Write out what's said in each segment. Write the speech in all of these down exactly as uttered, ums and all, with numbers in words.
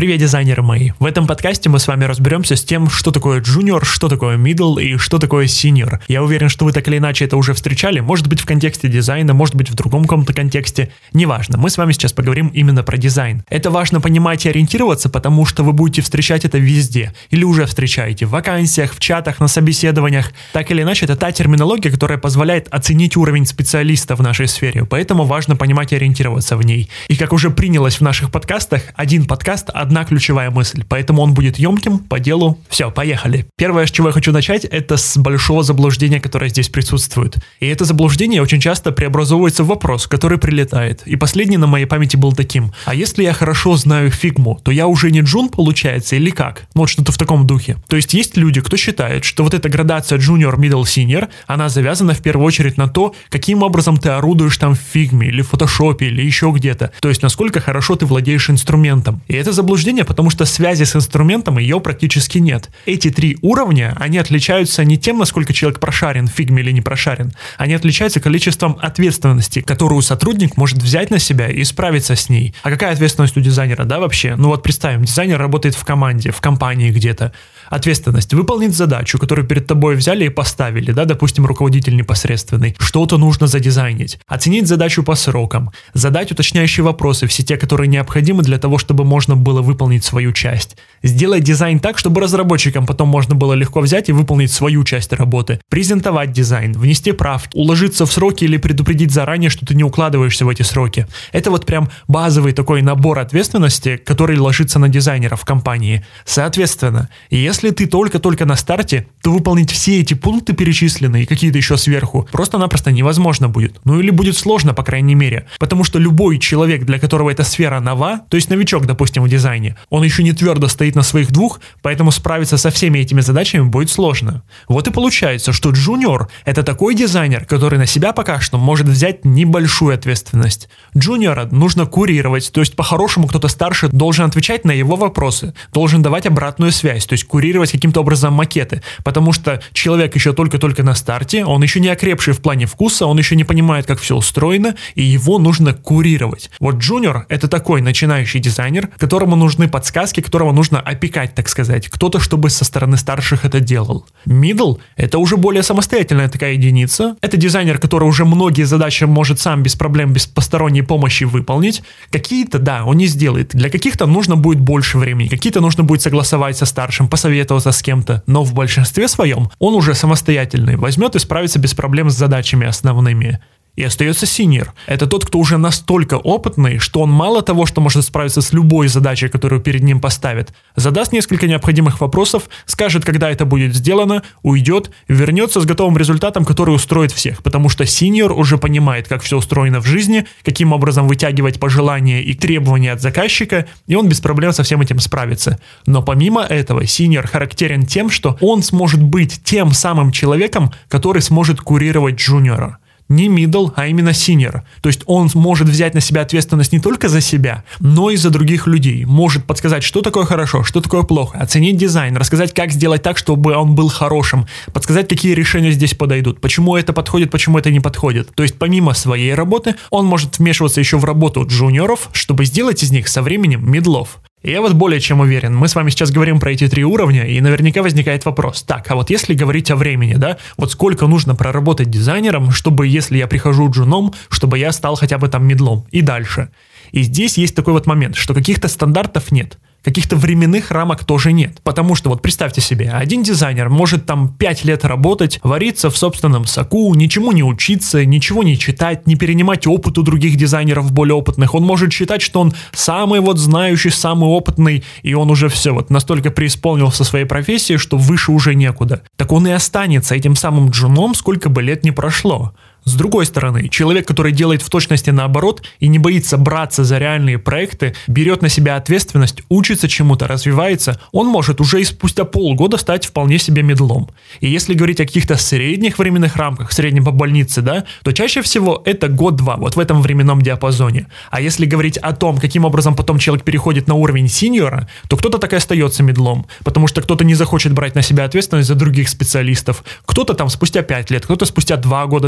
Привет, дизайнеры мои! В этом подкасте мы с вами разберемся с тем, что такое junior, что такое middle и что такое senior. Я уверен, что вы так или иначе это уже встречали, может быть в контексте дизайна, может быть в другом каком-то контексте. Неважно, мы с вами сейчас поговорим именно про дизайн. Это важно понимать и ориентироваться, потому что вы будете встречать это везде. Или уже встречаете в вакансиях, в чатах, на собеседованиях. Так или иначе, это та терминология, которая позволяет оценить уровень специалиста в нашей сфере. Поэтому важно понимать и ориентироваться в ней. И как уже принялось в наших подкастах, один подкаст – одна ключевая мысль, поэтому он будет емким, по делу. Все, поехали. Первое, с чего я хочу начать, это с большого заблуждения, которое здесь присутствует. И это заблуждение очень часто преобразовывается в вопрос, который прилетает. И последний на моей памяти был таким: а если я хорошо знаю фигму, то я уже не джун, получается, или как? Ну вот что-то в таком духе. То есть есть люди, кто считает, что вот эта градация junior, middle, senior, она завязана в первую очередь на то, каким образом ты орудуешь там в фигме, или в фотошопе, или еще где-то. То есть насколько хорошо ты владеешь инструментом. И это заблуждение Заблуждение, потому что связи с инструментом ее практически нет. Эти три уровня, они отличаются не тем, насколько человек прошарен в фигме или не прошарен, они отличаются количеством ответственности, которую сотрудник может взять на себя и справиться с ней. А какая ответственность у дизайнера, да, вообще? Ну вот представим, дизайнер работает в команде, в компании где-то. Ответственность: выполнить задачу, которую перед тобой взяли и поставили, да, допустим, руководитель непосредственный. Что-то нужно задизайнить. Оценить задачу по срокам. Задать уточняющие вопросы, все те, которые необходимы для того, чтобы можно было выполнить свою часть. Сделать дизайн так, чтобы разработчикам потом можно было легко взять и выполнить свою часть работы. Презентовать дизайн, внести правки, уложиться в сроки или предупредить заранее, что ты не укладываешься в эти сроки. Это вот прям базовый такой набор ответственности, который ложится на дизайнера в компании. Соответственно, если Если ты только-только на старте, то выполнить все эти пункты перечисленные и какие-то еще сверху просто-напросто невозможно будет. Ну или будет сложно, по крайней мере. Потому что любой человек, для которого эта сфера нова, то есть новичок, допустим, в дизайне, он еще не твердо стоит на своих двух, поэтому справиться со всеми этими задачами будет сложно. Вот и получается, что джуниор – это такой дизайнер, который на себя пока что может взять небольшую ответственность. Джуниора нужно курировать, то есть по-хорошему кто-то старше должен отвечать на его вопросы, должен давать обратную связь, то есть курировать каким-то образом макеты, потому что человек еще только-только на старте, он еще не окрепший в плане вкуса, он еще не понимает, как все устроено, и его нужно курировать. Вот джуниор — это такой начинающий дизайнер, которому нужны подсказки, которого нужно опекать, так сказать, кто-то, чтобы со стороны старших это делал. Middle — это уже более самостоятельная такая единица, это дизайнер, который уже многие задачи может сам без проблем, без посторонней помощи выполнить. Какие-то, да, он не сделает, для каких-то нужно будет больше времени, какие-то нужно будет согласовать со старшим, посоветоваться с кем-то, но в большинстве своем он уже самостоятельный, возьмет и справится без проблем с задачами основными. И остается senior. Это тот, кто уже настолько опытный, что он мало того, что может справиться с любой задачей, которую перед ним поставят, задаст несколько необходимых вопросов, скажет, когда это будет сделано, уйдет, вернется с готовым результатом, который устроит всех, потому что senior уже понимает, как все устроено в жизни, каким образом вытягивать пожелания и требования от заказчика, и он без проблем со всем этим справится. Но помимо этого, senior характерен тем, что он сможет быть тем самым человеком, который сможет курировать джуниора. Не middle, а именно senior. То есть он может взять на себя ответственность не только за себя, но и за других людей. Может подсказать, что такое хорошо, что такое плохо, оценить дизайн, рассказать, как сделать так, чтобы он был хорошим, подсказать, какие решения здесь подойдут, почему это подходит, почему это не подходит. То есть помимо своей работы, он может вмешиваться еще в работу джуниоров, чтобы сделать из них со временем мидлов. И я вот более чем уверен, мы с вами сейчас говорим про эти три уровня, и наверняка возникает вопрос: так, а вот если говорить о времени, да, вот сколько нужно проработать дизайнером, чтобы, если я прихожу джуном, чтобы я стал хотя бы там мидлом и дальше. И здесь есть такой вот момент, что каких-то стандартов нет. Каких-то временных рамок тоже нет. Потому что вот представьте себе, один дизайнер может там пять лет работать, вариться в собственном соку, ничему не учиться, ничего не читать, не перенимать опыт у других дизайнеров более опытных. Он может считать, что он самый вот знающий, самый опытный, и он уже все вот настолько преисполнился своей профессии, что выше уже некуда. Так он и останется этим самым джуном, сколько бы лет ни прошло. С другой стороны, человек, который делает в точности наоборот и не боится браться за реальные проекты, берет на себя ответственность, учится чему-то, развивается, он может уже и спустя полгода стать вполне себе мидлом. И если говорить о каких-то средних временных рамках, среднем по больнице, да, то чаще всего это год-два, вот в этом временном диапазоне. А если говорить о том, каким образом потом человек переходит на уровень синьора, то кто-то так и остается мидлом, потому что кто-то не захочет брать на себя ответственность за других специалистов, кто-то там спустя пять лет, кто-то спустя два года, три года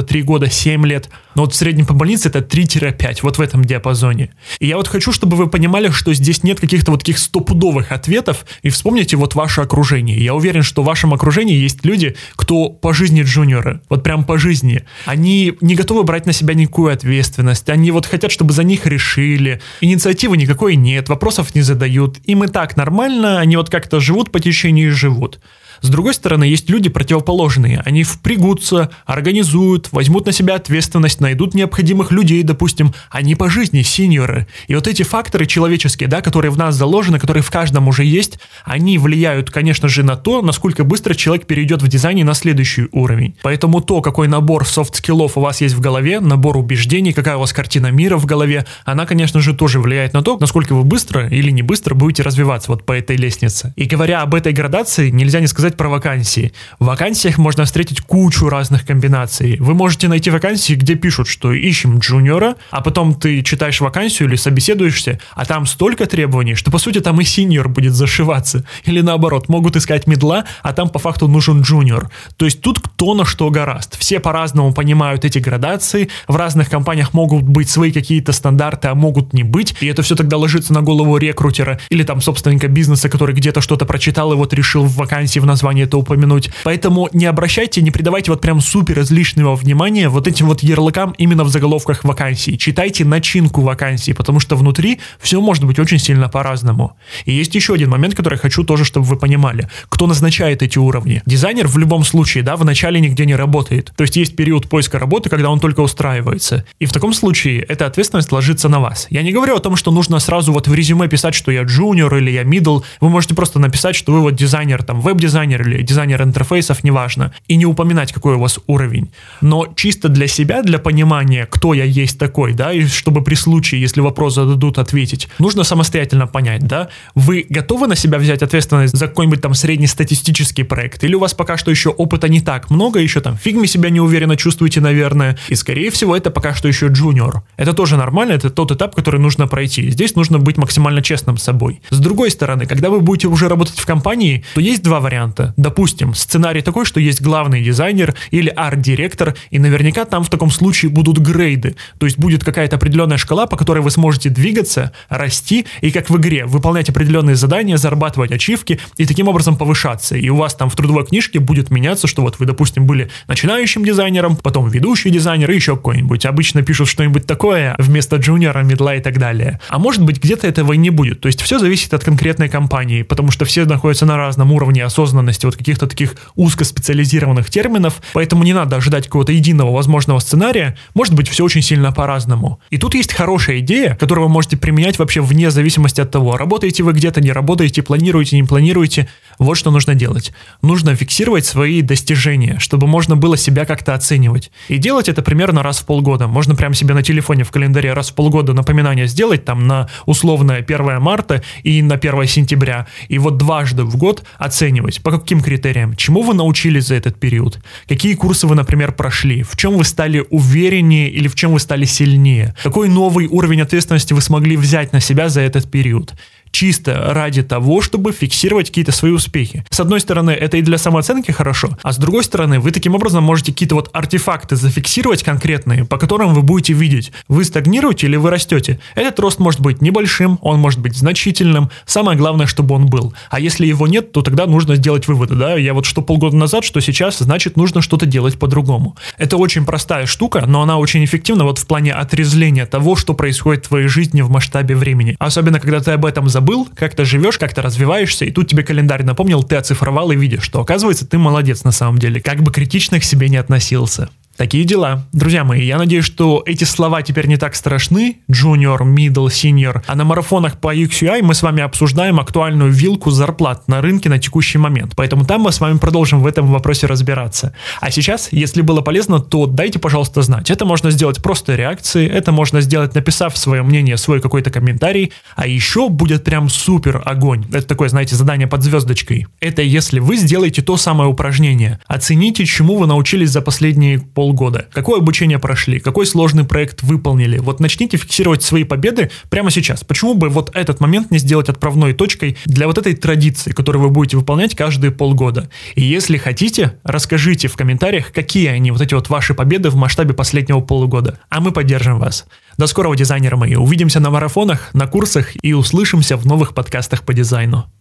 года, семь лет. Но вот в среднем по больнице это три-пять, вот в этом диапазоне. И я вот хочу, чтобы вы понимали, что здесь нет каких-то вот таких стопудовых ответов, и вспомните вот ваше окружение. Я уверен, что в вашем окружении есть люди, кто по жизни джуниоры, вот прям по жизни. Они не готовы брать на себя никакую ответственность, они вот хотят, чтобы за них решили, инициативы никакой нет, вопросов не задают, им и так нормально, они вот как-то живут по течению и живут. С другой стороны, есть люди противоположные. Они впрягутся, организуют, возьмут на себя ответственность, найдут необходимых людей, допустим. Они по жизни синьоры. И вот эти факторы человеческие, да, которые в нас заложены, которые в каждом уже есть, они влияют, конечно же, на то, насколько быстро человек перейдет в дизайне на следующий уровень. Поэтому то, какой набор софт-скиллов у вас есть в голове, набор убеждений, какая у вас картина мира в голове, она, конечно же, тоже влияет на то, насколько вы быстро или не быстро будете развиваться вот по этой лестнице. И говоря об этой градации, нельзя не сказать про вакансии. В вакансиях можно встретить кучу разных комбинаций. Вы можете найти вакансии, где пишут, что ищем джуниора, а потом ты читаешь вакансию или собеседуешься, а там столько требований, что по сути там и синьор будет зашиваться. Или наоборот, могут искать мидла, а там по факту нужен джуниор. То есть тут кто на что горазд. Все по-разному понимают эти градации, в разных компаниях могут быть свои какие-то стандарты, а могут не быть, и это все тогда ложится на голову рекрутера или там собственника бизнеса, который где-то что-то прочитал и вот решил в вакансии в названии это упомянуть. Поэтому не обращайте, не придавайте вот прям супер излишнего внимания вот этим вот ярлыкам именно в заголовках вакансий. Читайте начинку вакансии, потому что внутри все может быть очень сильно по-разному. И есть еще один момент, который я хочу тоже, чтобы вы понимали. Кто назначает эти уровни? Дизайнер в любом случае, да, в начале нигде не работает. То есть есть период поиска работы, когда он только устраивается. И в таком случае эта ответственность ложится на вас. Я не говорю о том, что нужно сразу вот в резюме писать, что я джуниор или я мидл. Вы можете просто написать, что вы вот дизайнер, там, веб-дизайнер или дизайнер интерфейсов, неважно, и не упоминать, какой у вас уровень. Но чисто для себя, для понимания, кто я есть такой, да, и чтобы при случае, если вопрос зададут, ответить, нужно самостоятельно понять, да, вы готовы на себя взять ответственность за какой-нибудь там среднестатистический проект, или у вас пока что еще опыта не так много, еще там фигме себя неуверенно чувствуете, наверное, и скорее всего это пока что еще джуниор. Это тоже нормально, это тот этап, который нужно пройти. Здесь нужно быть максимально честным с собой. С другой стороны, когда вы будете уже работать в компании, то есть два варианта. Допустим, сценарий такой, что есть главный дизайнер или арт-директор, и наверняка там в таком случае будут грейды, то есть будет какая-то определенная шкала, по которой вы сможете двигаться, расти, и как в игре, выполнять определенные задания, зарабатывать ачивки, и таким образом повышаться. И у вас там в трудовой книжке будет меняться, что вот вы, допустим, были начинающим дизайнером, потом ведущий дизайнер и еще какой-нибудь. Обычно пишут что-нибудь такое вместо джуниора, мидла и так далее. А может быть, где-то этого и не будет. То есть все зависит от конкретной компании, потому что все находятся на разном уровне осознанности, вот каких-то таких узкоспециализированных терминов, поэтому не надо ожидать какого-то единого возможного сценария, может быть все очень сильно по-разному. И тут есть хорошая идея, которую вы можете применять вообще вне зависимости от того, работаете вы где-то, не работаете, планируете, не планируете. Вот что нужно делать. Нужно фиксировать свои достижения, чтобы можно было себя как-то оценивать. И делать это примерно раз в полгода. Можно прямо себе на телефоне в календаре раз в полгода напоминание сделать, там на условное первое марта и на первое сентября. И вот дважды в год оценивать. По каким критериям? Чему вы научились за этот период? Какие курсы вы, например, прошли? В чем вы стали увереннее или в чем вы стали сильнее? Какой новый уровень ответственности вы смогли взять на себя за этот период? Чисто ради того, чтобы фиксировать какие-то свои успехи. С одной стороны, это и для самооценки хорошо, а с другой стороны, вы таким образом можете какие-то вот артефакты зафиксировать конкретные, по которым вы будете видеть, вы стагнируете или вы растете. Этот рост может быть небольшим, он может быть значительным, самое главное, чтобы он был. А если его нет, то тогда нужно сделать выводы, да, я вот что полгода назад, что сейчас, значит нужно что-то делать по-другому. Это очень простая штука, но она очень эффективна вот в плане отрезвления того, что происходит в твоей жизни в масштабе времени. Особенно, когда ты об этом забыл, был, как ты живешь, как ты развиваешься, и тут тебе календарь напомнил, ты оцифровал и видишь, что, оказывается, ты молодец на самом деле, как бы критично к себе не относился. Такие дела. Друзья мои, я надеюсь, что эти слова теперь не так страшны, junior, middle, senior, а на марафонах по ю экс ю ай мы с вами обсуждаем актуальную вилку зарплат на рынке на текущий момент, поэтому там мы с вами продолжим в этом вопросе разбираться. А сейчас, если было полезно, то дайте, пожалуйста, знать. Это можно сделать просто реакцией, это можно сделать, написав свое мнение, свой какой-то комментарий, а еще будет прям супер огонь. Это такое, знаете, задание под звездочкой. Это если вы сделаете то самое упражнение. Оцените, чему вы научились за последние полгода, полгода. Какое обучение прошли, какой сложный проект выполнили. Вот начните фиксировать свои победы прямо сейчас. Почему бы вот этот момент не сделать отправной точкой для вот этой традиции, которую вы будете выполнять каждые полгода? И если хотите, расскажите в комментариях, какие они, вот эти вот ваши победы в масштабе последнего полугода. А мы поддержим вас. До скорого, дизайнеры мои. Увидимся на марафонах, на курсах и услышимся в новых подкастах по дизайну.